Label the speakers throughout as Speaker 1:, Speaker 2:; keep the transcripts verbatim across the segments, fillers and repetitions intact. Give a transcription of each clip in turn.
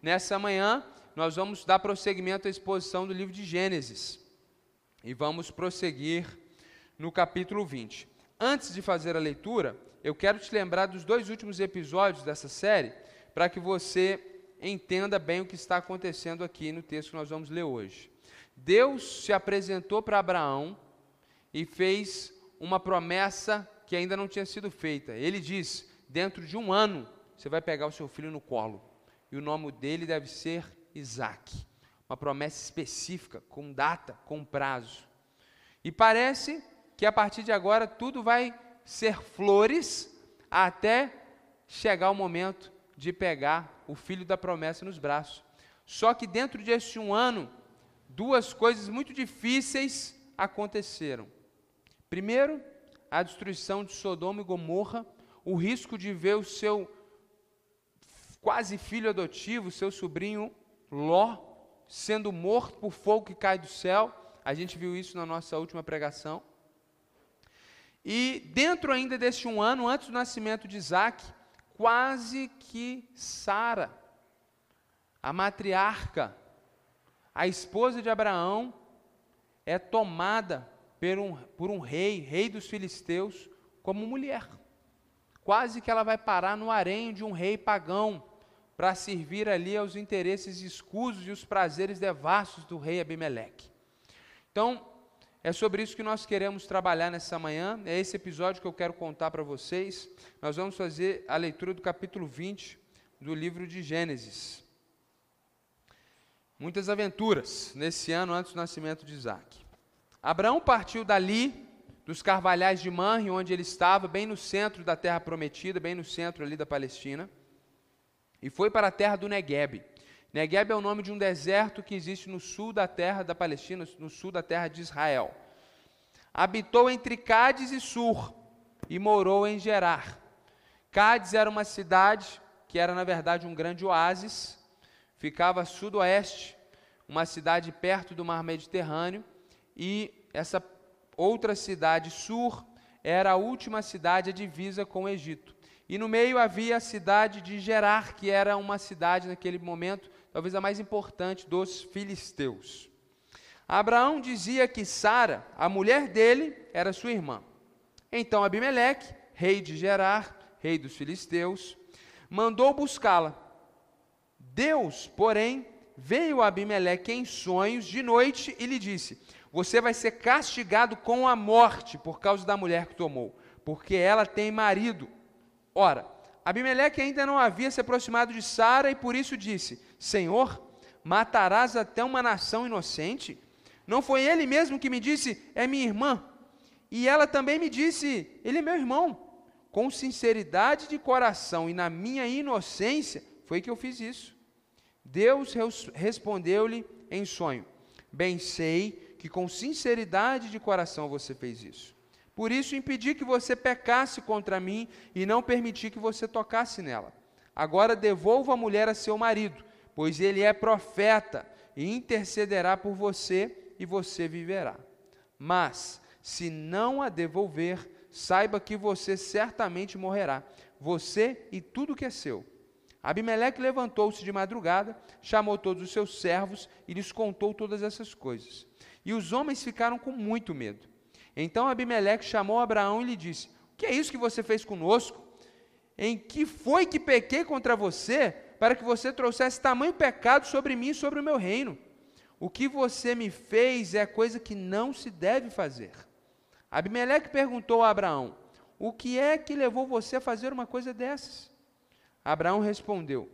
Speaker 1: nessa manhã nós vamos dar prosseguimento à exposição do livro de Gênesis. E vamos prosseguir no capítulo vinte. Antes de fazer a leitura, eu quero te lembrar dos dois últimos episódios dessa série, para que você entenda bem o que está acontecendo aqui no texto que nós vamos ler hoje. Deus se apresentou para Abraão e fez uma promessa que ainda não tinha sido feita. Ele diz: dentro de um ano, você vai pegar o seu filho no colo, e o nome dele deve ser Isaque. Uma promessa específica, com data, com prazo. E parece que a partir de agora tudo vai ser flores, até chegar o momento de pegar o filho da promessa nos braços. Só que dentro deste um ano, duas coisas muito difíceis aconteceram. Primeiro, a destruição de Sodoma e Gomorra, o risco de ver o seu quase filho adotivo, seu sobrinho Ló, sendo morto por fogo que cai do céu. A gente viu isso na nossa última pregação. E dentro ainda deste um ano, antes do nascimento de Isaque, quase que Sara, a matriarca, a esposa de Abraão, é tomada por um, por um rei, rei dos filisteus, como mulher. Quase que ela vai parar no harém de um rei pagão, para servir ali aos interesses escusos e os prazeres devassos do rei Abimeleque. Então, é sobre isso que nós queremos trabalhar nessa manhã. É esse episódio que eu quero contar para vocês. Nós vamos fazer a leitura do capítulo vinte do livro de Gênesis. Muitas aventuras nesse ano antes do nascimento de Isaque. Abraão partiu dali, dos carvalhais de Manre, onde ele estava, bem no centro da terra prometida, bem no centro ali da Palestina, e foi para a terra do Neguebe. Neguebe é o nome de um deserto que existe no sul da terra da Palestina, no sul da terra de Israel. Habitou entre Cádiz e Sur, e morou em Gerar. Cádiz era uma cidade que era, na verdade, um grande oásis, ficava a sudoeste, uma cidade perto do mar Mediterrâneo, e essa outra cidade, Sur, era a última cidade a divisa com o Egito. E no meio havia a cidade de Gerar, que era uma cidade naquele momento, talvez a mais importante dos filisteus. Abraão dizia que Sara, a mulher dele, era sua irmã. Então Abimeleque, rei de Gerar, rei dos filisteus, mandou buscá-la. Deus, porém, veio a Abimeleque em sonhos de noite e lhe disse: você vai ser castigado com a morte por causa da mulher que tomou, porque ela tem marido. Ora, Abimeleque ainda não havia se aproximado de Sara e por isso disse: Senhor, matarás até uma nação inocente? Não foi ele mesmo que me disse: é minha irmã? E ela também me disse: ele é meu irmão. Com sinceridade de coração e na minha inocência foi que eu fiz isso. Deus respondeu-lhe em sonho: bem sei que com sinceridade de coração você fez isso. Por isso impedi que você pecasse contra mim e não permiti que você tocasse nela. Agora devolva a mulher a seu marido, pois ele é profeta e intercederá por você e você viverá. Mas, se não a devolver, saiba que você certamente morrerá, você e tudo que é seu. Abimeleque levantou-se de madrugada, chamou todos os seus servos e lhes contou todas essas coisas. E os homens ficaram com muito medo. Então Abimeleque chamou Abraão e lhe disse: o que é isso que você fez conosco? Em que foi que pequei contra você, para que você trouxesse tamanho pecado sobre mim e sobre o meu reino? O que você me fez é coisa que não se deve fazer. Abimeleque perguntou a Abraão: o que é que levou você a fazer uma coisa dessas? Abraão respondeu: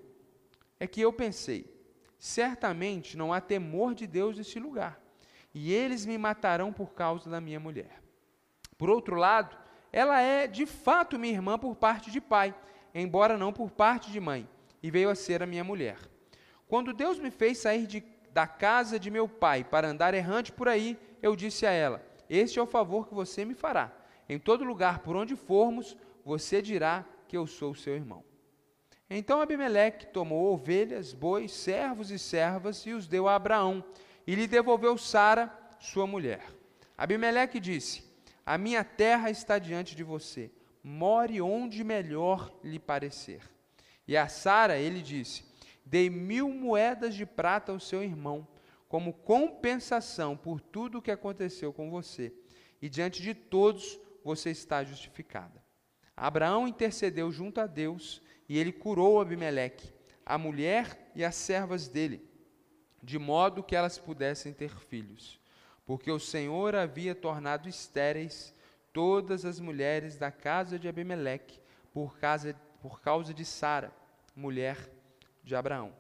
Speaker 1: é que eu pensei, certamente não há temor de Deus neste lugar, e eles me matarão por causa da minha mulher. Por outro lado, ela é de fato minha irmã por parte de pai, embora não por parte de mãe, e veio a ser a minha mulher. Quando Deus me fez sair de, da casa de meu pai para andar errante por aí, eu disse a ela: este é o favor que você me fará. Em todo lugar por onde formos, você dirá que eu sou seu irmão. Então Abimeleque tomou ovelhas, bois, servos e servas e os deu a Abraão, e lhe devolveu Sara, sua mulher. Abimeleque disse: a minha terra está diante de você, more onde melhor lhe parecer. E a Sara ele disse: dei mil moedas de prata ao seu irmão, como compensação por tudo o que aconteceu com você. E diante de todos você está justificada. Abraão intercedeu junto a Deus, e ele curou Abimeleque, a mulher e as servas dele, de modo que elas pudessem ter filhos, porque o Senhor havia tornado estéreis todas as mulheres da casa de Abimeleque, por causa, por causa de Sara, mulher de Abraão.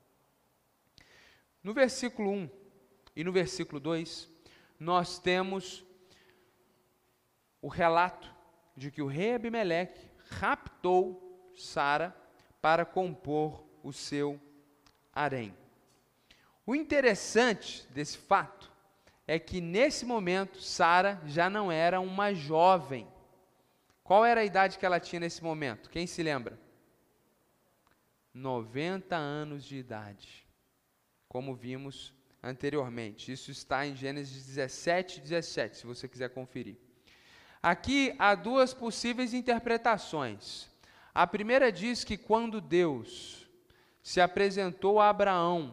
Speaker 1: No versículo um e no versículo dois, nós temos o relato de que o rei Abimeleque raptou Sara para compor o seu harém. O interessante desse fato é que nesse momento Sara já não era uma jovem. Qual era a idade que ela tinha nesse momento? Quem se lembra? noventa anos de idade, como vimos anteriormente. Isso está em Gênesis dezessete, dezessete, se você quiser conferir. Aqui há duas possíveis interpretações. A primeira diz que quando Deus se apresentou a Abraão,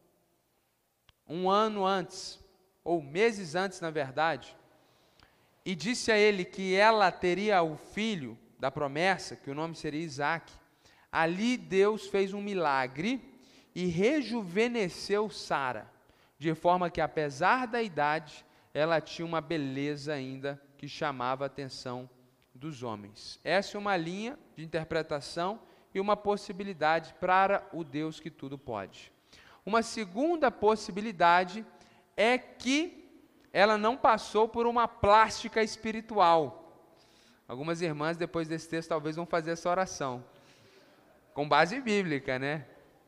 Speaker 1: um ano antes, ou meses antes, na verdade, e disse a ele que ela teria o filho da promessa, que o nome seria Isaque, ali Deus fez um milagre e rejuvenesceu Sara, de forma que, apesar da idade, ela tinha uma beleza ainda que chamava a atenção dos homens. Essa é uma linha de interpretação e uma possibilidade para o Deus que tudo pode. Uma segunda possibilidade é que ela não passou por uma plástica espiritual. Algumas irmãs, depois desse texto, talvez vão fazer essa oração, com base bíblica, né?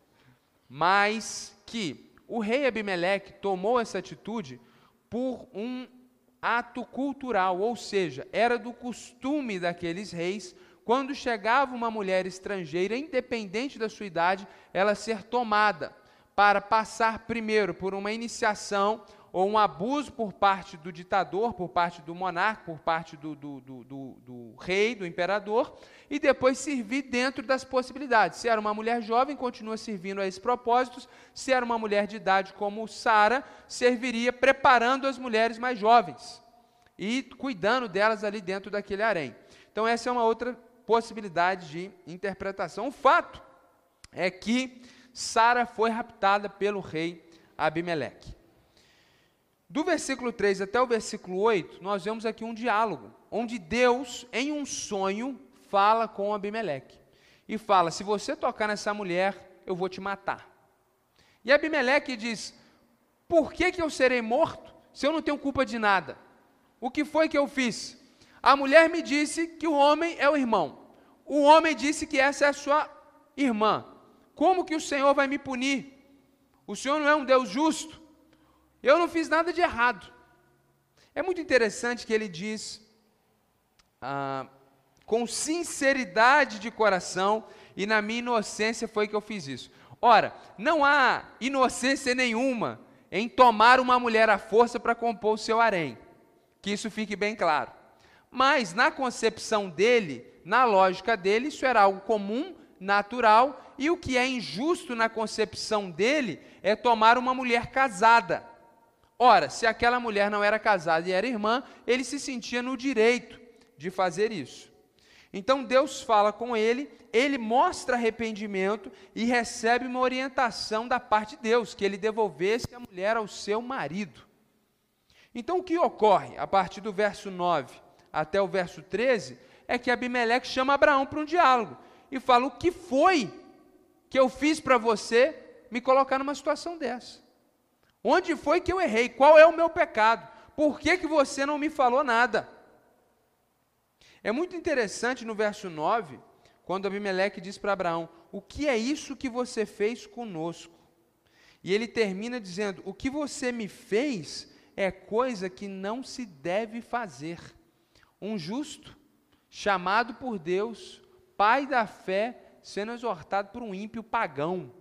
Speaker 1: Mas que o rei Abimeleque tomou essa atitude por um ato cultural, ou seja, era do costume daqueles reis, quando chegava uma mulher estrangeira, independente da sua idade, ela ser tomada, para passar primeiro por uma iniciação ou um abuso por parte do ditador, por parte do monarca, por parte do, do, do, do, do rei, do imperador, e depois servir dentro das possibilidades. Se era uma mulher jovem, continua servindo a esses propósitos. Se era uma mulher de idade como Sara, serviria preparando as mulheres mais jovens e cuidando delas ali dentro daquele harém. Então essa é uma outra possibilidade de interpretação. O fato é que Sara foi raptada pelo rei Abimeleque. Do versículo três até o versículo oito, nós vemos aqui um diálogo, onde Deus, em um sonho, fala com Abimeleque. E fala, se você tocar nessa mulher, eu vou te matar. E Abimeleque diz, por que que eu serei morto, se eu não tenho culpa de nada? O que foi que eu fiz? A mulher me disse que o homem é o irmão. O homem disse que essa é a sua irmã. Como que o Senhor vai me punir? O Senhor não é um Deus justo? Eu não fiz nada de errado. É muito interessante que ele diz, ah, com sinceridade de coração, e na minha inocência foi que eu fiz isso. Ora, não há inocência nenhuma em tomar uma mulher à força para compor o seu harém, que isso fique bem claro. Mas na concepção dele, na lógica dele, isso era algo comum, natural, e o que é injusto na concepção dele é tomar uma mulher casada. Ora, se aquela mulher não era casada e era irmã, ele se sentia no direito de fazer isso. Então Deus fala com ele, ele mostra arrependimento e recebe uma orientação da parte de Deus, que ele devolvesse a mulher ao seu marido. Então o que ocorre a partir do verso nove até o verso treze é que Abimeleque chama Abraão para um diálogo e fala, o que foi que eu fiz para você me colocar numa situação dessa? Onde foi que eu errei? Qual é o meu pecado? Por que que você não me falou nada? É muito interessante no verso nove, quando Abimeleque diz para Abraão, o que é isso que você fez conosco? E ele termina dizendo, o que você me fez é coisa que não se deve fazer. Um justo, chamado por Deus, pai da fé, sendo exortado por um ímpio pagão.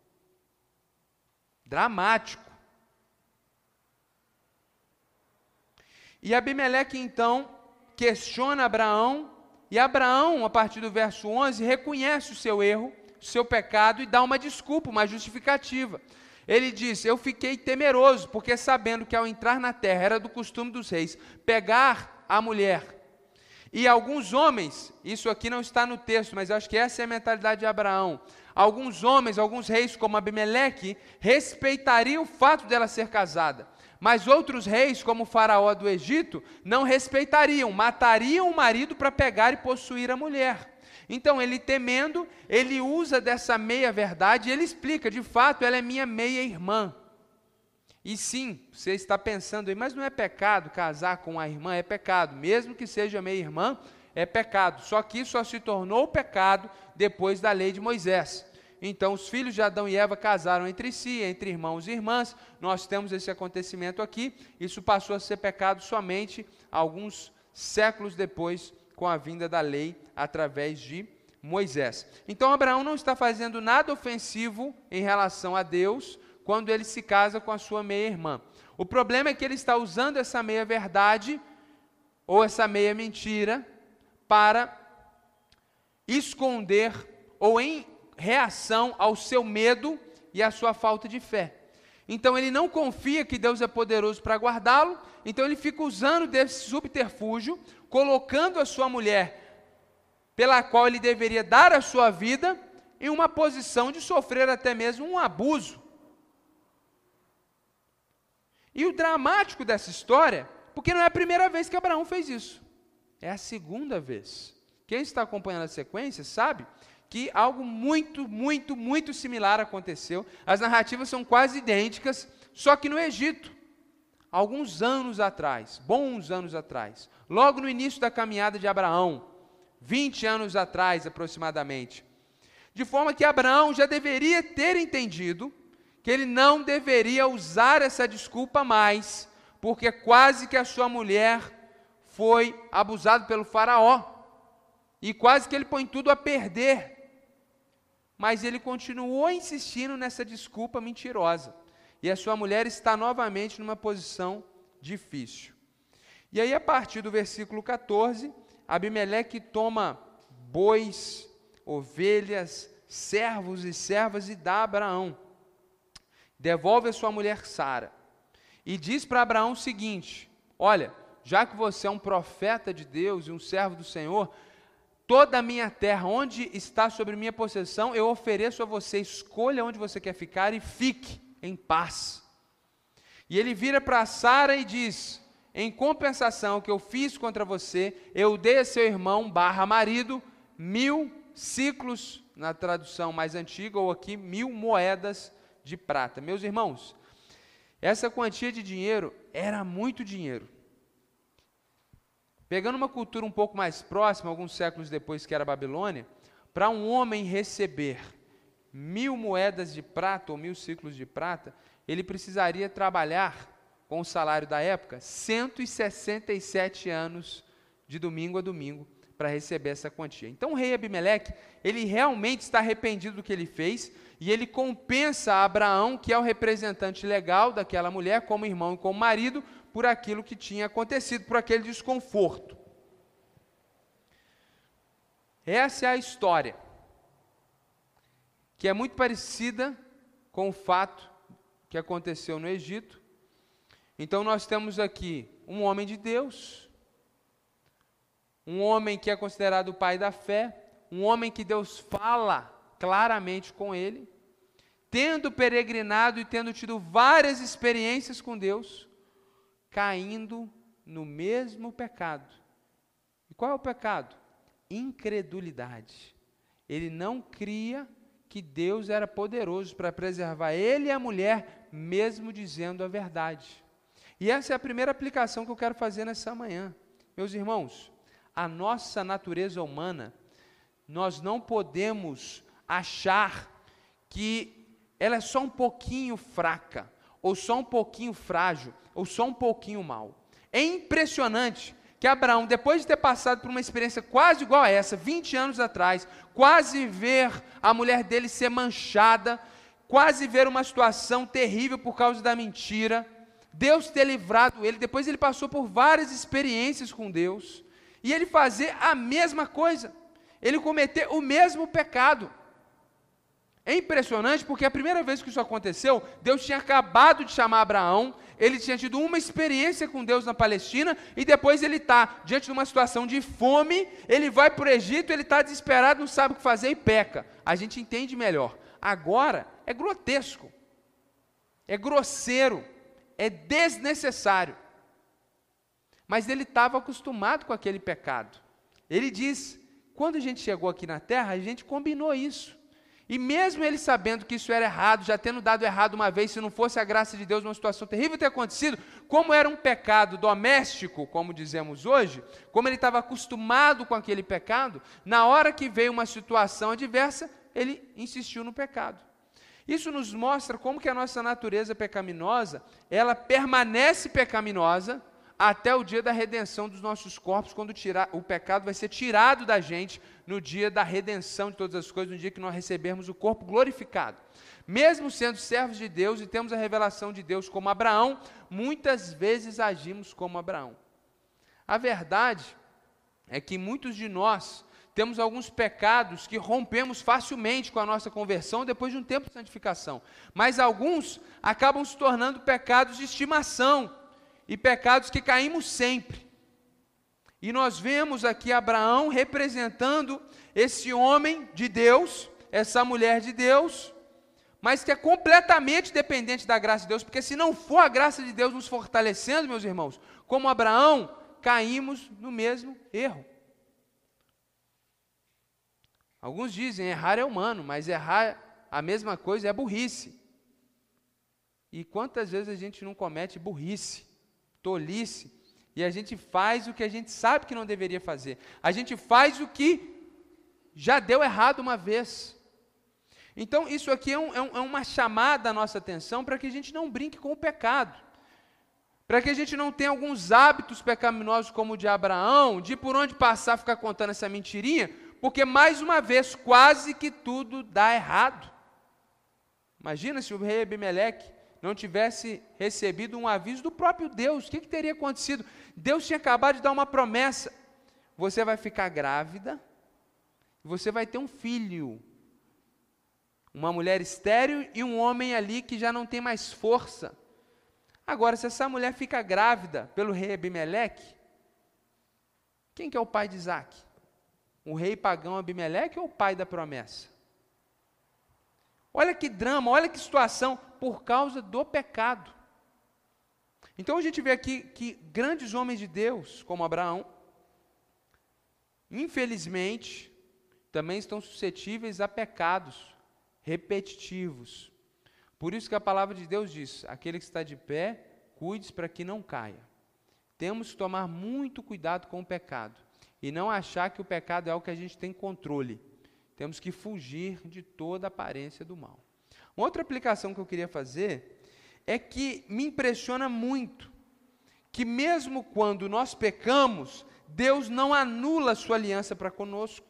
Speaker 1: Dramático. E Abimeleque, então, questiona Abraão, e Abraão, a partir do verso onze, reconhece o seu erro, o seu pecado e dá uma desculpa, uma justificativa. Ele diz: eu fiquei temeroso, porque sabendo que ao entrar na terra era do costume dos reis pegar a mulher. E alguns homens, isso aqui não está no texto, mas eu acho que essa é a mentalidade de Abraão. Alguns homens, alguns reis como Abimeleque, respeitariam o fato dela ser casada. Mas outros reis, como o faraó do Egito, não respeitariam, matariam o marido para pegar e possuir a mulher. Então, ele temendo, ele usa dessa meia-verdade e ele explica: de fato, ela é minha meia-irmã. E sim, você está pensando aí, mas não é pecado casar com a irmã? É pecado, mesmo que seja meia-irmã, é pecado. Só que isso só se tornou pecado depois da lei de Moisés. Então, os filhos de Adão e Eva casaram entre si, entre irmãos e irmãs. Nós temos esse acontecimento aqui. Isso passou a ser pecado somente alguns séculos depois, com a vinda da lei através de Moisés. Então, Abraão não está fazendo nada ofensivo em relação a Deus quando ele se casa com a sua meia-irmã. O problema é que ele está usando essa meia-verdade ou essa meia-mentira para esconder ou em reação ao seu medo e à sua falta de fé. Então, ele não confia que Deus é poderoso para guardá-lo, então ele fica usando desse subterfúgio, colocando a sua mulher, pela qual ele deveria dar a sua vida, em uma posição de sofrer até mesmo um abuso. E o dramático dessa história, porque não é a primeira vez que Abraão fez isso, é a segunda vez. Quem está acompanhando a sequência sabe que algo muito, muito, muito similar aconteceu. As narrativas são quase idênticas, só que no Egito, alguns anos atrás, bons anos atrás, logo no início da caminhada de Abraão, vinte anos atrás aproximadamente, de forma que Abraão já deveria ter entendido que ele não deveria usar essa desculpa mais, porque quase que a sua mulher foi abusada pelo faraó, e quase que ele põe tudo a perder. Mas ele continuou insistindo nessa desculpa mentirosa. E a sua mulher está novamente numa posição difícil. E aí, a partir do versículo catorze, Abimeleque toma bois, ovelhas, servos e servas e dá a Abraão. Devolve a sua mulher Sara. E diz para Abraão o seguinte: olha, já que você é um profeta de Deus e um servo do Senhor, toda a minha terra, onde está sobre minha possessão, eu ofereço a você, escolha onde você quer ficar e fique em paz. E ele vira para Sara e diz: em compensação que eu fiz contra você, eu dei a seu irmão barra marido mil ciclos, na tradução mais antiga, ou aqui, mil moedas de prata. Meus irmãos, essa quantia de dinheiro era muito dinheiro. Pegando uma cultura um pouco mais próxima, alguns séculos depois que era a Babilônia, para um homem receber mil moedas de prata ou mil ciclos de prata, ele precisaria trabalhar, com o salário da época, cento e sessenta e sete anos de domingo a domingo para receber essa quantia. Então o rei Abimeleque, ele realmente está arrependido do que ele fez e ele compensa a Abraão, que é o representante legal daquela mulher, como irmão e como marido, por aquilo que tinha acontecido, por aquele desconforto. Essa é a história, que é muito parecida com o fato que aconteceu no Egito. Então nós temos aqui um homem de Deus, um homem que é considerado o pai da fé, um homem que Deus fala claramente com ele, tendo peregrinado e tendo tido várias experiências com Deus, caindo no mesmo pecado. E qual é o pecado? Incredulidade. Ele não cria que Deus era poderoso para preservar ele e a mulher, mesmo dizendo a verdade. E essa é a primeira aplicação que eu quero fazer nessa manhã. Meus irmãos, a nossa natureza humana, nós não podemos achar que ela é só um pouquinho fraca, ou só um pouquinho frágil, ou só um pouquinho mal. É impressionante que Abraão, depois de ter passado por uma experiência quase igual a essa, vinte anos atrás, quase ver a mulher dele ser manchada, quase ver uma situação terrível por causa da mentira, Deus ter livrado ele, depois ele passou por várias experiências com Deus, e ele fazer a mesma coisa, ele cometer o mesmo pecado. É impressionante porque a primeira vez que isso aconteceu, Deus tinha acabado de chamar Abraão, ele tinha tido uma experiência com Deus na Palestina, e depois ele está diante de uma situação de fome, ele vai para o Egito, ele está desesperado, não sabe o que fazer e peca. A gente entende melhor. Agora, é grotesco, é grosseiro, é desnecessário. Mas ele estava acostumado com aquele pecado. Ele diz, quando a gente chegou aqui na terra, a gente combinou isso. E mesmo ele sabendo que isso era errado, já tendo dado errado uma vez, se não fosse a graça de Deus, uma situação terrível ter acontecido, como era um pecado doméstico, como dizemos hoje, como ele estava acostumado com aquele pecado, na hora que veio uma situação adversa, ele insistiu no pecado. Isso nos mostra como que a nossa natureza pecaminosa, ela permanece pecaminosa, até o dia da redenção dos nossos corpos, quando tirar, o pecado vai ser tirado da gente, no dia da redenção de todas as coisas, no dia que nós recebermos o corpo glorificado. Mesmo sendo servos de Deus e temos a revelação de Deus como Abraão, muitas vezes agimos como Abraão. A verdade é que muitos de nós temos alguns pecados que rompemos facilmente com a nossa conversão depois de um tempo de santificação, mas alguns acabam se tornando pecados de estimação, e pecados que caímos sempre. E nós vemos aqui Abraão representando esse homem de Deus, essa mulher de Deus, mas que é completamente dependente da graça de Deus, porque se não for a graça de Deus nos fortalecendo, meus irmãos, como Abraão, caímos no mesmo erro. Alguns dizem, errar é humano, mas errar a mesma coisa é burrice. E quantas vezes a gente não comete burrice, tolice, e a gente faz o que a gente sabe que não deveria fazer. A gente faz o que já deu errado uma vez. Então, isso aqui é, um, é, um, é uma chamada à nossa atenção para que a gente não brinque com o pecado. Para que a gente não tenha alguns hábitos pecaminosos como o de Abraão, de por onde passar ficar contando essa mentirinha, porque mais uma vez quase que tudo dá errado. Imagina se o rei Abimeleque não tivesse recebido um aviso do próprio Deus, o que, que teria acontecido? Deus tinha acabado de dar uma promessa, você vai ficar grávida, você vai ter um filho, uma mulher estéril e um homem ali que já não tem mais força. Agora, se essa mulher fica grávida pelo rei Abimeleque, quem que é o pai de Isaac? O rei pagão Abimeleque ou o pai da promessa? Olha que drama, olha que situação, por causa do pecado. Então a gente vê aqui que grandes homens de Deus, como Abraão, infelizmente, também estão suscetíveis a pecados repetitivos. Por isso que a palavra de Deus diz, aquele que está de pé, cuide para que não caia. Temos que tomar muito cuidado com o pecado, e não achar que o pecado é algo que a gente tem controle. Temos que fugir de toda aparência do mal. Uma outra aplicação que eu queria fazer é que me impressiona muito que mesmo quando nós pecamos, Deus não anula a sua aliança para conosco.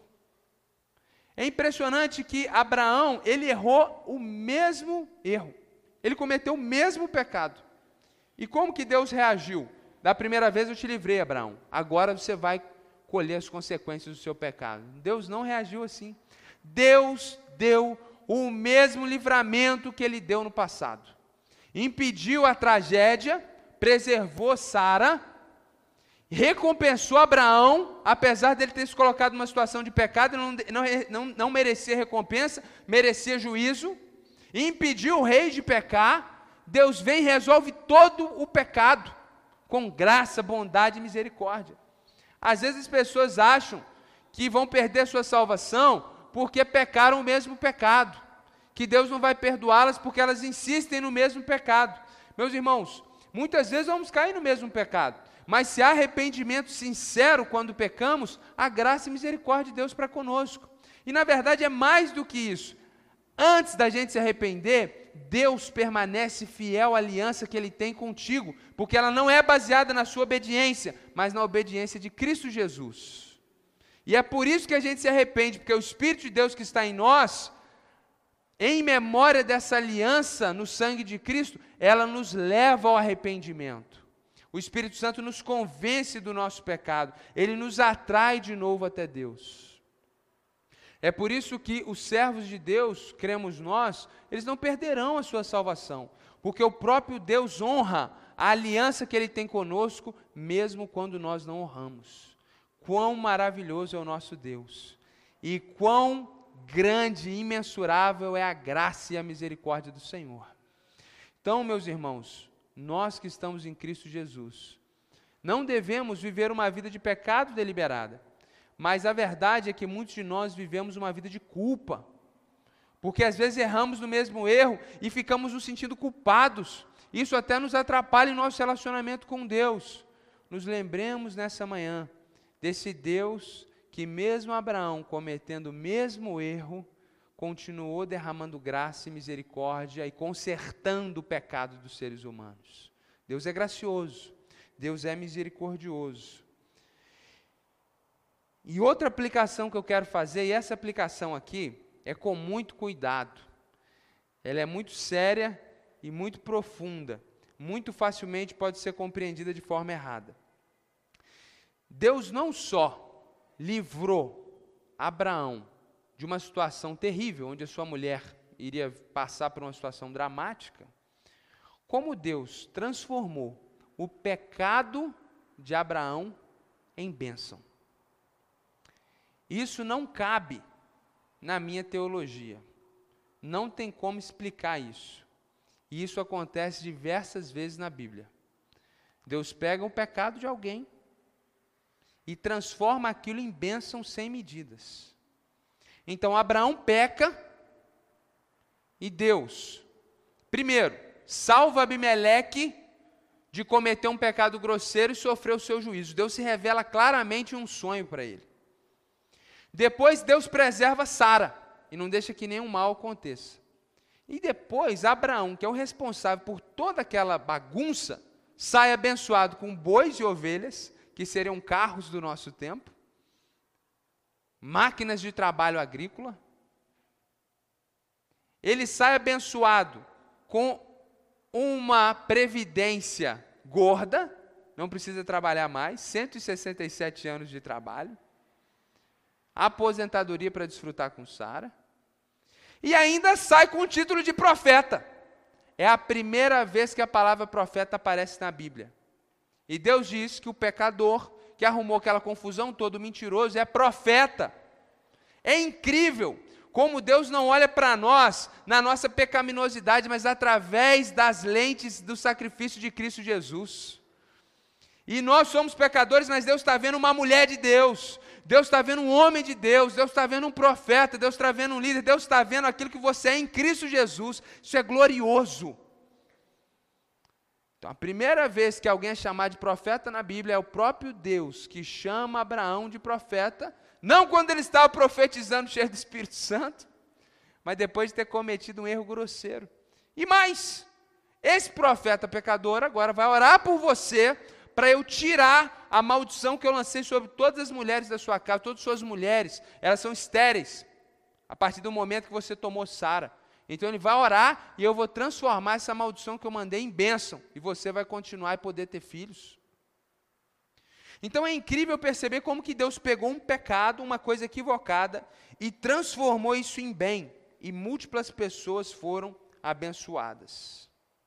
Speaker 1: É impressionante que Abraão, ele errou o mesmo erro. Ele cometeu o mesmo pecado. E como que Deus reagiu? Da primeira vez eu te livrei, Abraão. Agora você vai colher as consequências do seu pecado. Deus não reagiu assim. Deus deu o mesmo livramento que ele deu no passado. Impediu a tragédia, preservou Sara, recompensou Abraão, apesar dele ter se colocado numa situação de pecado, não, não, não, não merecia recompensa, merecia juízo, impediu o rei de pecar. Deus vem e resolve todo o pecado, com graça, bondade e misericórdia. Às vezes as pessoas acham que vão perder sua salvação porque pecaram o mesmo pecado, que Deus não vai perdoá-las porque elas insistem no mesmo pecado. Meus irmãos, muitas vezes vamos cair no mesmo pecado, mas se há arrependimento sincero quando pecamos, há graça e misericórdia de Deus para conosco. E na verdade é mais do que isso. Antes da gente se arrepender, Deus permanece fiel à aliança que Ele tem contigo, porque ela não é baseada na sua obediência, mas na obediência de Cristo Jesus. E é por isso que a gente se arrepende, porque o Espírito de Deus que está em nós, em memória dessa aliança no sangue de Cristo, ela nos leva ao arrependimento. O Espírito Santo nos convence do nosso pecado, ele nos atrai de novo até Deus. É por isso que os servos de Deus, cremos nós, eles não perderão a sua salvação, porque o próprio Deus honra a aliança que Ele tem conosco, mesmo quando nós não honramos. Quão maravilhoso é o nosso Deus, e quão grande e imensurável é a graça e a misericórdia do Senhor. Então, meus irmãos, nós que estamos em Cristo Jesus, não devemos viver uma vida de pecado deliberada, mas a verdade é que muitos de nós vivemos uma vida de culpa, porque às vezes erramos no mesmo erro e ficamos nos sentindo culpados. Isso até nos atrapalha em nosso relacionamento com Deus. Nos lembremos nessa manhã desse Deus que, mesmo Abraão cometendo o mesmo erro, continuou derramando graça e misericórdia e consertando o pecado dos seres humanos. Deus é gracioso, Deus é misericordioso. E outra aplicação que eu quero fazer, e essa aplicação aqui é com muito cuidado, ela é muito séria e muito profunda, muito facilmente pode ser compreendida de forma errada. Deus não só livrou Abraão de uma situação terrível, onde a sua mulher iria passar por uma situação dramática, como Deus transformou o pecado de Abraão em bênção. Isso não cabe na minha teologia. Não tem como explicar isso. E isso acontece diversas vezes na Bíblia. Deus pega o pecado de alguém e transforma aquilo em bênção sem medidas. Então, Abraão peca e Deus, primeiro, salva Abimeleque de cometer um pecado grosseiro e sofrer o seu juízo. Deus se revela claramente em um sonho para ele. Depois, Deus preserva Sara e não deixa que nenhum mal aconteça. E depois, Abraão, que é o responsável por toda aquela bagunça, sai abençoado com bois e ovelhas, que seriam carros do nosso tempo, máquinas de trabalho agrícola. Ele sai abençoado com uma previdência gorda, não precisa trabalhar mais, cento e sessenta e sete anos de trabalho, aposentadoria para desfrutar com Sara, e ainda sai com o título de profeta. É a primeira vez que a palavra profeta aparece na Bíblia. E Deus diz que o pecador que arrumou aquela confusão toda, o mentiroso, é profeta. É incrível como Deus não olha para nós na nossa pecaminosidade, mas através das lentes do sacrifício de Cristo Jesus. E nós somos pecadores, mas Deus está vendo uma mulher de Deus, Deus está vendo um homem de Deus, Deus está vendo um profeta, Deus está vendo um líder, Deus está vendo aquilo que você é em Cristo Jesus. Isso é glorioso. Então, a primeira vez que alguém é chamado de profeta na Bíblia é o próprio Deus que chama Abraão de profeta, não quando ele estava profetizando cheio do Espírito Santo, mas depois de ter cometido um erro grosseiro. E mais, esse profeta pecador agora vai orar por você para eu tirar a maldição que eu lancei sobre todas as mulheres da sua casa. Todas as suas mulheres, elas são estéreis, a partir do momento que você tomou Sara. Então ele vai orar e eu vou transformar essa maldição que eu mandei em bênção, e você vai continuar e poder ter filhos. Então é incrível perceber como que Deus pegou um pecado, uma coisa equivocada, e transformou isso em bem, e múltiplas pessoas foram abençoadas.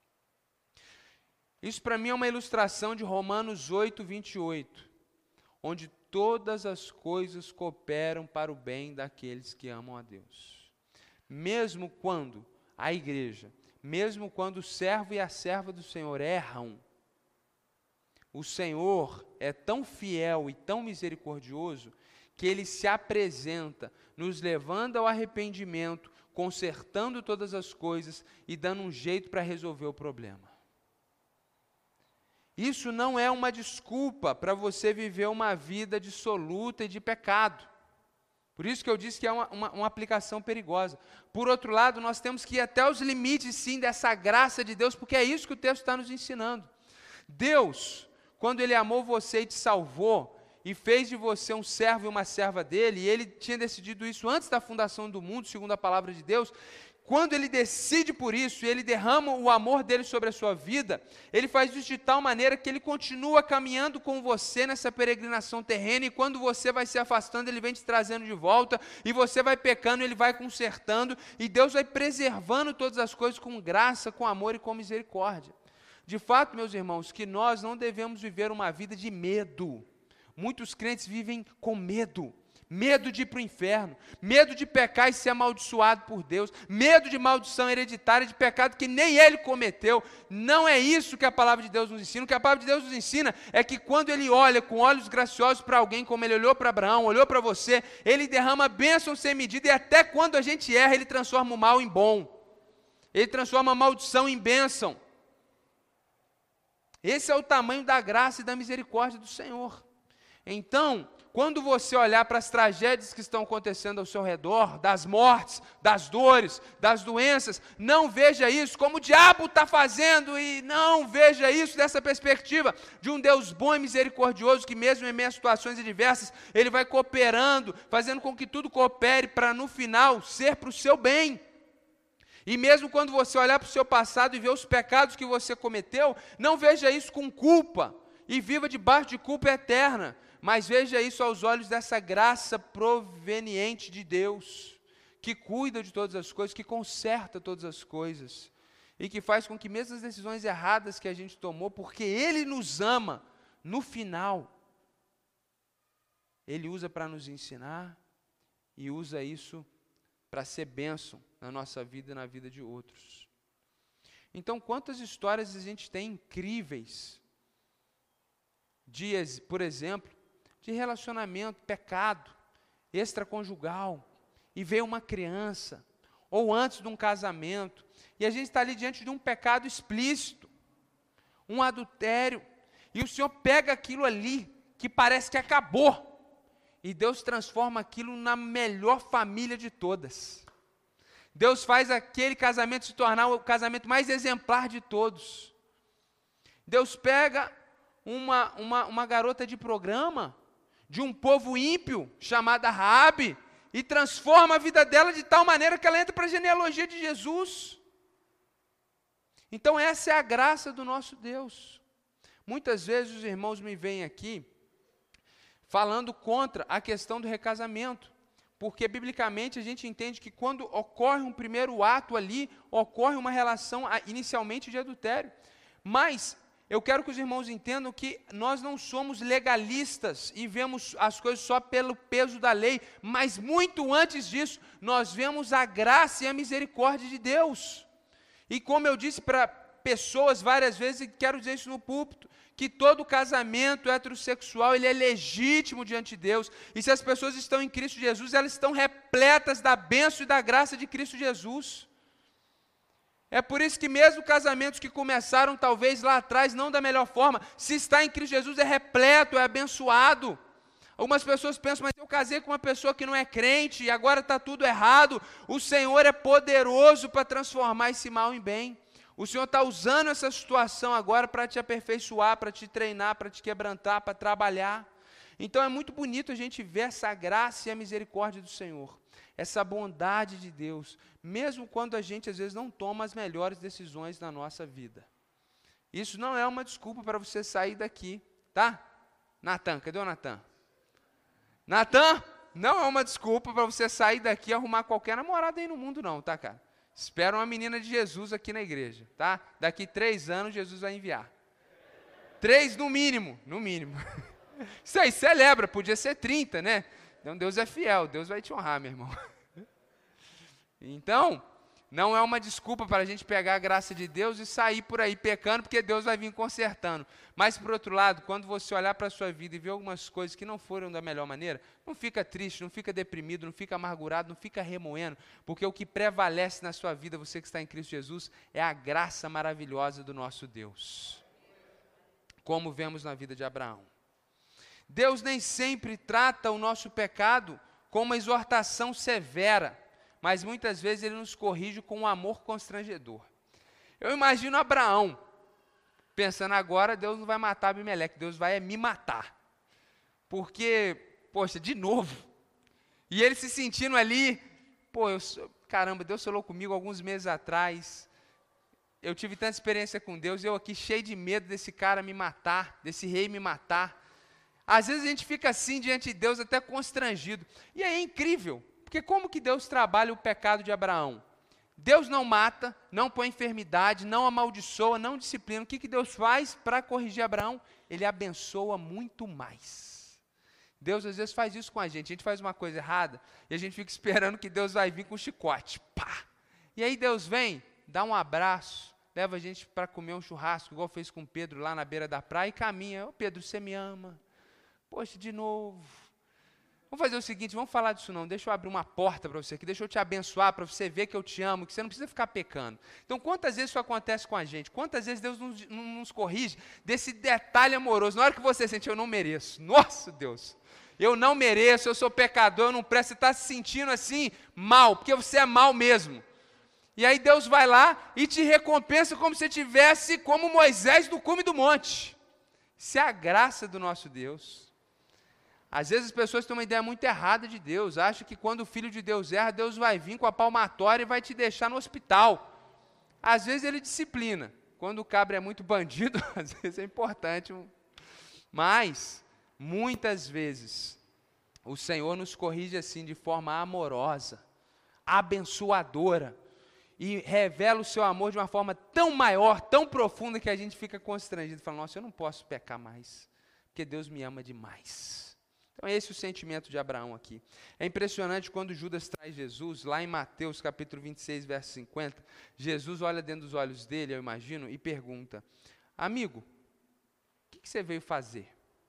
Speaker 1: Isso para mim é uma ilustração de Romanos oito, vinte e oito, onde todas as coisas cooperam para o bem daqueles que amam a Deus. Mesmo quando a igreja, mesmo quando o servo e a serva do Senhor erram, o Senhor é tão fiel e tão misericordioso que Ele se apresenta, nos levando ao arrependimento, consertando todas as coisas e dando um jeito para resolver o problema. Isso não é uma desculpa para você viver uma vida dissoluta e de pecado. Por isso que eu disse que é uma, uma, uma aplicação perigosa. Por outro lado, nós temos que ir até os limites, sim, dessa graça de Deus, porque é isso que o texto está nos ensinando. Deus, quando Ele amou você e te salvou, e fez de você um servo e uma serva dele, e Ele tinha decidido isso antes da fundação do mundo, segundo a palavra de Deus, quando ele decide por isso, e ele derrama o amor dele sobre a sua vida, ele faz isso de tal maneira que ele continua caminhando com você nessa peregrinação terrena, e quando você vai se afastando, ele vem te trazendo de volta, e você vai pecando, ele vai consertando, e Deus vai preservando todas as coisas com graça, com amor e com misericórdia. De fato, meus irmãos, que nós não devemos viver uma vida de medo. Muitos crentes vivem com medo. Medo de ir para o inferno, medo de pecar e ser amaldiçoado por Deus, medo de maldição hereditária, de pecado que nem ele cometeu. Não é isso que a palavra de Deus nos ensina. O que a palavra de Deus nos ensina é que quando ele olha com olhos graciosos para alguém, como ele olhou para Abraão, olhou para você, ele derrama bênção sem medida, e até quando a gente erra, ele transforma o mal em bom. Ele transforma a maldição em bênção. Esse é o tamanho da graça e da misericórdia do Senhor. Então, quando você olhar para as tragédias que estão acontecendo ao seu redor, das mortes, das dores, das doenças, não veja isso como o diabo está fazendo, e não veja isso dessa perspectiva de um Deus bom e misericordioso, que mesmo em meio a situações adversas, Ele vai cooperando, fazendo com que tudo coopere para no final ser para o seu bem. E mesmo quando você olhar para o seu passado e ver os pecados que você cometeu, não veja isso com culpa, e viva debaixo de culpa eterna, mas veja isso aos olhos dessa graça proveniente de Deus, que cuida de todas as coisas, que conserta todas as coisas, e que faz com que mesmo as decisões erradas que a gente tomou, porque Ele nos ama, no final, Ele usa para nos ensinar, e usa isso para ser bênção na nossa vida e na vida de outros. Então, quantas histórias a gente tem incríveis, de, por exemplo, de relacionamento, pecado, extraconjugal, e veio uma criança, ou antes de um casamento, e a gente está ali diante de um pecado explícito, um adultério, e o Senhor pega aquilo ali, que parece que acabou, e Deus transforma aquilo na melhor família de todas. Deus faz aquele casamento se tornar o casamento mais exemplar de todos. Deus pega uma, uma, uma garota de programa, de um povo ímpio, chamada Raabe, e transforma a vida dela de tal maneira que ela entra para a genealogia de Jesus. Então essa é a graça do nosso Deus. Muitas vezes os irmãos me vêm aqui, falando contra a questão do recasamento, porque biblicamente a gente entende que quando ocorre um primeiro ato ali, ocorre uma relação inicialmente de adultério. Mas eu quero que os irmãos entendam que nós não somos legalistas e vemos as coisas só pelo peso da lei, mas muito antes disso, nós vemos a graça e a misericórdia de Deus. E como eu disse para pessoas várias vezes, e quero dizer isso no púlpito, que todo casamento heterossexual, ele é legítimo diante de Deus, e se as pessoas estão em Cristo Jesus, elas estão repletas da bênção e da graça de Cristo Jesus. É por isso que mesmo casamentos que começaram talvez lá atrás, não da melhor forma, se está em Cristo Jesus é repleto, é abençoado. Algumas pessoas pensam, mas eu casei com uma pessoa que não é crente, e agora está tudo errado. O Senhor é poderoso para transformar esse mal em bem. O Senhor está usando essa situação agora para te aperfeiçoar, para te treinar, para te quebrantar, para trabalhar. Então é muito bonito a gente ver essa graça e a misericórdia do Senhor, essa bondade de Deus, mesmo quando a gente às vezes não toma as melhores decisões na nossa vida. Isso não é uma desculpa para você sair daqui, tá? Natan, cadê o Natan? Natan, não é uma desculpa para você sair daqui e arrumar qualquer namorada aí no mundo não, tá, cara? Espera uma menina de Jesus aqui na igreja, tá? Daqui três anos Jesus vai enviar. Três no mínimo, no mínimo. Isso aí, celebra, podia ser trinta, né? Então Deus é fiel, Deus vai te honrar, meu irmão. Então, não é uma desculpa para a gente pegar a graça de Deus e sair por aí pecando, porque Deus vai vir consertando. Mas, por outro lado, quando você olhar para a sua vida e ver algumas coisas que não foram da melhor maneira, não fica triste, não fica deprimido, não fica amargurado, não fica remoendo, porque o que prevalece na sua vida, você que está em Cristo Jesus, é a graça maravilhosa do nosso Deus. Como vemos na vida de Abraão. Deus nem sempre trata o nosso pecado com uma exortação severa, mas muitas vezes Ele nos corrige com um amor constrangedor. Eu imagino Abraão, pensando agora, Deus não vai matar Abimeleque, Deus vai me matar. Porque, poxa, de novo. E ele se sentindo ali, pô, eu sou, caramba, Deus falou comigo alguns meses atrás, eu tive tanta experiência com Deus, eu aqui cheio de medo desse cara me matar, desse rei me matar. Às vezes a gente fica assim diante de Deus até constrangido. E aí é incrível, porque como que Deus trabalha o pecado de Abraão? Deus não mata, não põe enfermidade, não amaldiçoa, não disciplina. O que, que Deus faz para corrigir Abraão? Ele abençoa muito mais. Deus às vezes faz isso com a gente. A gente faz uma coisa errada e a gente fica esperando que Deus vai vir com um chicote. Pá! E aí Deus vem, dá um abraço, leva a gente para comer um churrasco, igual fez com Pedro lá na beira da praia, e caminha. Ô Pedro, você me ama? Poxa, de novo. Vamos fazer o seguinte, vamos falar disso não, deixa eu abrir uma porta para você aqui, deixa eu te abençoar, para você ver que eu te amo, que você não precisa ficar pecando. Então, quantas vezes isso acontece com a gente? Quantas vezes Deus nos, nos corrige desse detalhe amoroso? Na hora que você sente, eu não mereço. Nossa, Deus, eu não mereço, eu sou pecador, eu não presto. Você está se sentindo assim, mal, porque você é mal mesmo. E aí Deus vai lá e te recompensa como se tivesse como Moisés no cume do monte. Isso é a graça do nosso Deus. Às vezes as pessoas têm uma ideia muito errada de Deus, acham que quando o Filho de Deus erra, Deus vai vir com a palmatória e vai te deixar no hospital. Às vezes ele disciplina, quando o cabra é muito bandido, às vezes é importante, mas muitas vezes o Senhor nos corrige assim, de forma amorosa, abençoadora, e revela o seu amor de uma forma tão maior, tão profunda, que a gente fica constrangido, falando, nossa, eu não posso pecar mais, porque Deus me ama demais. Então, é esse o sentimento de Abraão aqui. É impressionante quando Judas traz Jesus, lá em Mateus capítulo vinte e seis, verso cinquenta, Jesus olha dentro dos olhos dele, eu imagino, e pergunta, amigo, o que, que você veio fazer?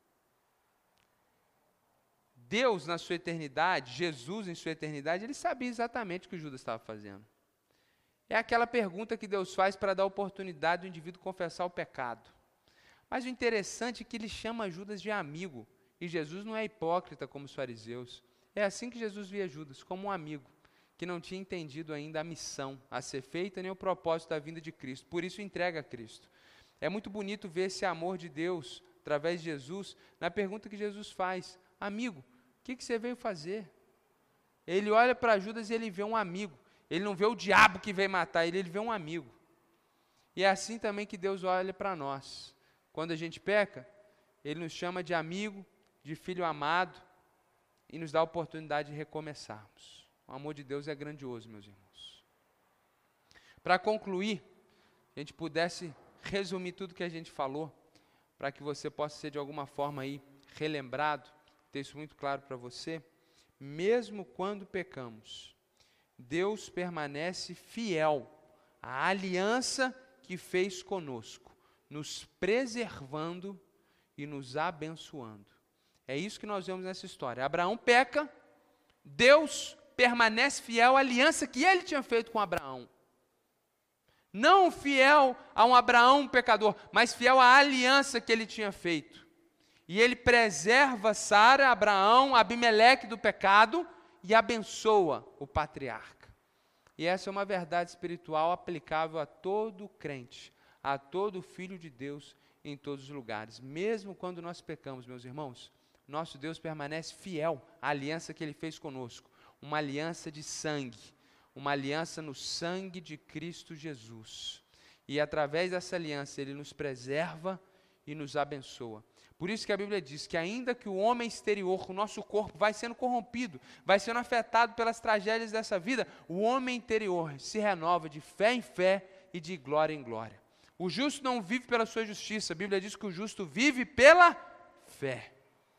Speaker 1: Deus, na sua eternidade, Jesus em sua eternidade, ele sabia exatamente o que o Judas estava fazendo. É aquela pergunta que Deus faz para dar oportunidade do indivíduo confessar o pecado. Mas o interessante é que ele chama Judas de amigo. E Jesus não é hipócrita como os fariseus. É assim que Jesus via Judas, como um amigo, que não tinha entendido ainda a missão a ser feita, nem o propósito da vinda de Cristo. Por isso entrega a Cristo. É muito bonito ver esse amor de Deus, através de Jesus, na pergunta que Jesus faz. Amigo, o que, que você veio fazer? Ele olha para Judas e ele vê um amigo. Ele não vê o diabo que veio matar ele, ele vê um amigo. E é assim também que Deus olha para nós. Quando a gente peca, ele nos chama de amigo, de filho amado, e nos dá a oportunidade de recomeçarmos. O amor de Deus é grandioso, meus irmãos. Para concluir, a gente pudesse resumir tudo que a gente falou, para que você possa ser de alguma forma aí relembrado, ter isso muito claro para você. Mesmo quando pecamos, Deus permanece fiel à aliança que fez conosco, nos preservando e nos abençoando. É isso que nós vemos nessa história. Abraão peca, Deus permanece fiel à aliança que ele tinha feito com Abraão. Não fiel a um Abraão pecador, mas fiel à aliança que ele tinha feito. E ele preserva Sara, Abraão, Abimeleque do pecado e abençoa o patriarca. E essa é uma verdade espiritual aplicável a todo crente, a todo filho de Deus em todos os lugares. Mesmo quando nós pecamos, meus irmãos, nosso Deus permanece fiel à aliança que ele fez conosco. Uma aliança de sangue, uma aliança no sangue de Cristo Jesus. E através dessa aliança ele nos preserva e nos abençoa. Por isso que a Bíblia diz que ainda que o homem exterior, o nosso corpo, vai sendo corrompido, vai sendo afetado pelas tragédias dessa vida, o homem interior se renova de fé em fé e de glória em glória. O justo não vive pela sua justiça, a Bíblia diz que o justo vive pela fé.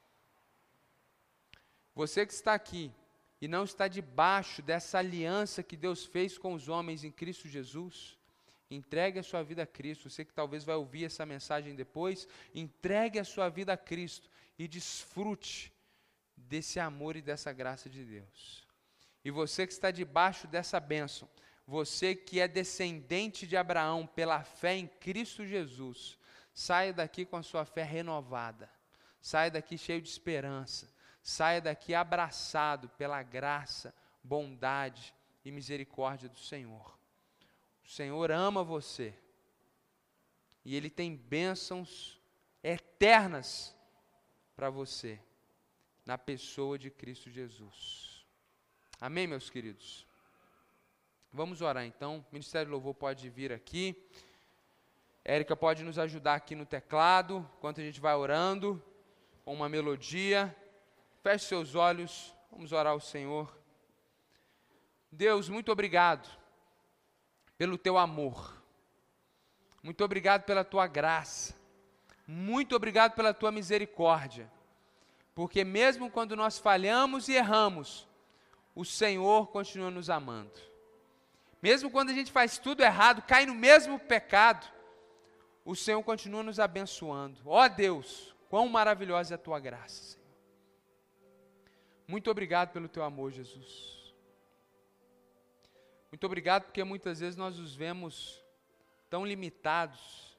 Speaker 1: Você que está aqui e não está debaixo dessa aliança que Deus fez com os homens em Cristo Jesus, entregue a sua vida a Cristo. Você que talvez vai ouvir essa mensagem depois, entregue a sua vida a Cristo e desfrute desse amor e dessa graça de Deus. E você que está debaixo dessa bênção, você que é descendente de Abraão pela fé em Cristo Jesus, saia daqui com a sua fé renovada, saia daqui cheio de esperança, saia daqui abraçado pela graça, bondade e misericórdia do Senhor. O Senhor ama você e Ele tem bênçãos eternas para você na pessoa de Cristo Jesus. Amém, meus queridos? Vamos orar então. O Ministério do Louvor pode vir aqui. Érica pode nos ajudar aqui no teclado, enquanto a gente vai orando, com uma melodia. Feche seus olhos, vamos orar ao Senhor. Deus, muito obrigado pelo teu amor. Muito obrigado pela tua graça. Muito obrigado pela tua misericórdia. Porque mesmo quando nós falhamos e erramos, o Senhor continua nos amando. Mesmo quando a gente faz tudo errado, cai no mesmo pecado, o Senhor continua nos abençoando. Ó Deus, quão maravilhosa é a tua graça, Senhor. Muito obrigado pelo teu amor, Jesus. Muito obrigado porque muitas vezes nós nos vemos tão limitados,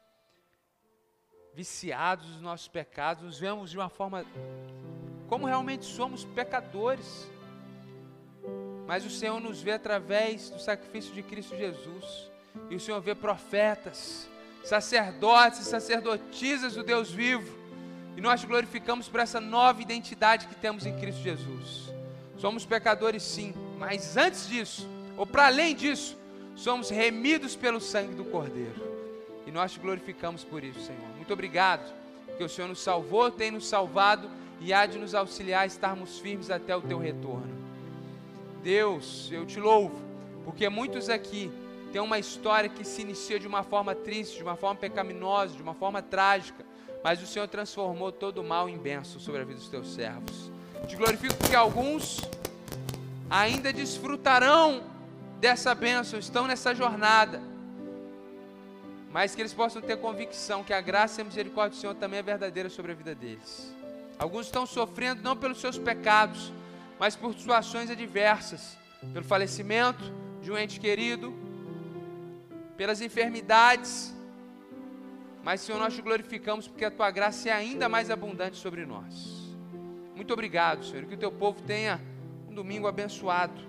Speaker 1: viciados nos nossos pecados, nos vemos de uma forma como realmente somos pecadores. Mas o Senhor nos vê através do sacrifício de Cristo Jesus. E o Senhor vê profetas, sacerdotes e sacerdotisas do Deus vivo. E nós te glorificamos por essa nova identidade que temos em Cristo Jesus. Somos pecadores sim, mas antes disso, ou para além disso, somos remidos pelo sangue do Cordeiro. E nós te glorificamos por isso, Senhor. Muito obrigado, porque o Senhor nos salvou, tem nos salvado e há de nos auxiliar a estarmos firmes até o teu retorno. Deus, eu te louvo, porque muitos aqui têm uma história que se inicia de uma forma triste, de uma forma pecaminosa, de uma forma trágica, mas o Senhor transformou todo o mal em bênção sobre a vida dos teus servos. Te glorifico porque alguns ainda desfrutarão dessa bênção, estão nessa jornada, mas que eles possam ter convicção que a graça e a misericórdia do Senhor também é verdadeira sobre a vida deles. Alguns estão sofrendo não pelos seus pecados, mas por situações adversas, pelo falecimento de um ente querido, pelas enfermidades. Mas, Senhor, nós te glorificamos porque a tua graça é ainda mais abundante sobre nós. Muito obrigado, Senhor, que o teu povo tenha um domingo abençoado,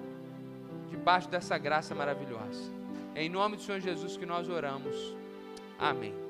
Speaker 1: debaixo dessa graça maravilhosa. É em nome do Senhor Jesus que nós oramos. Amém.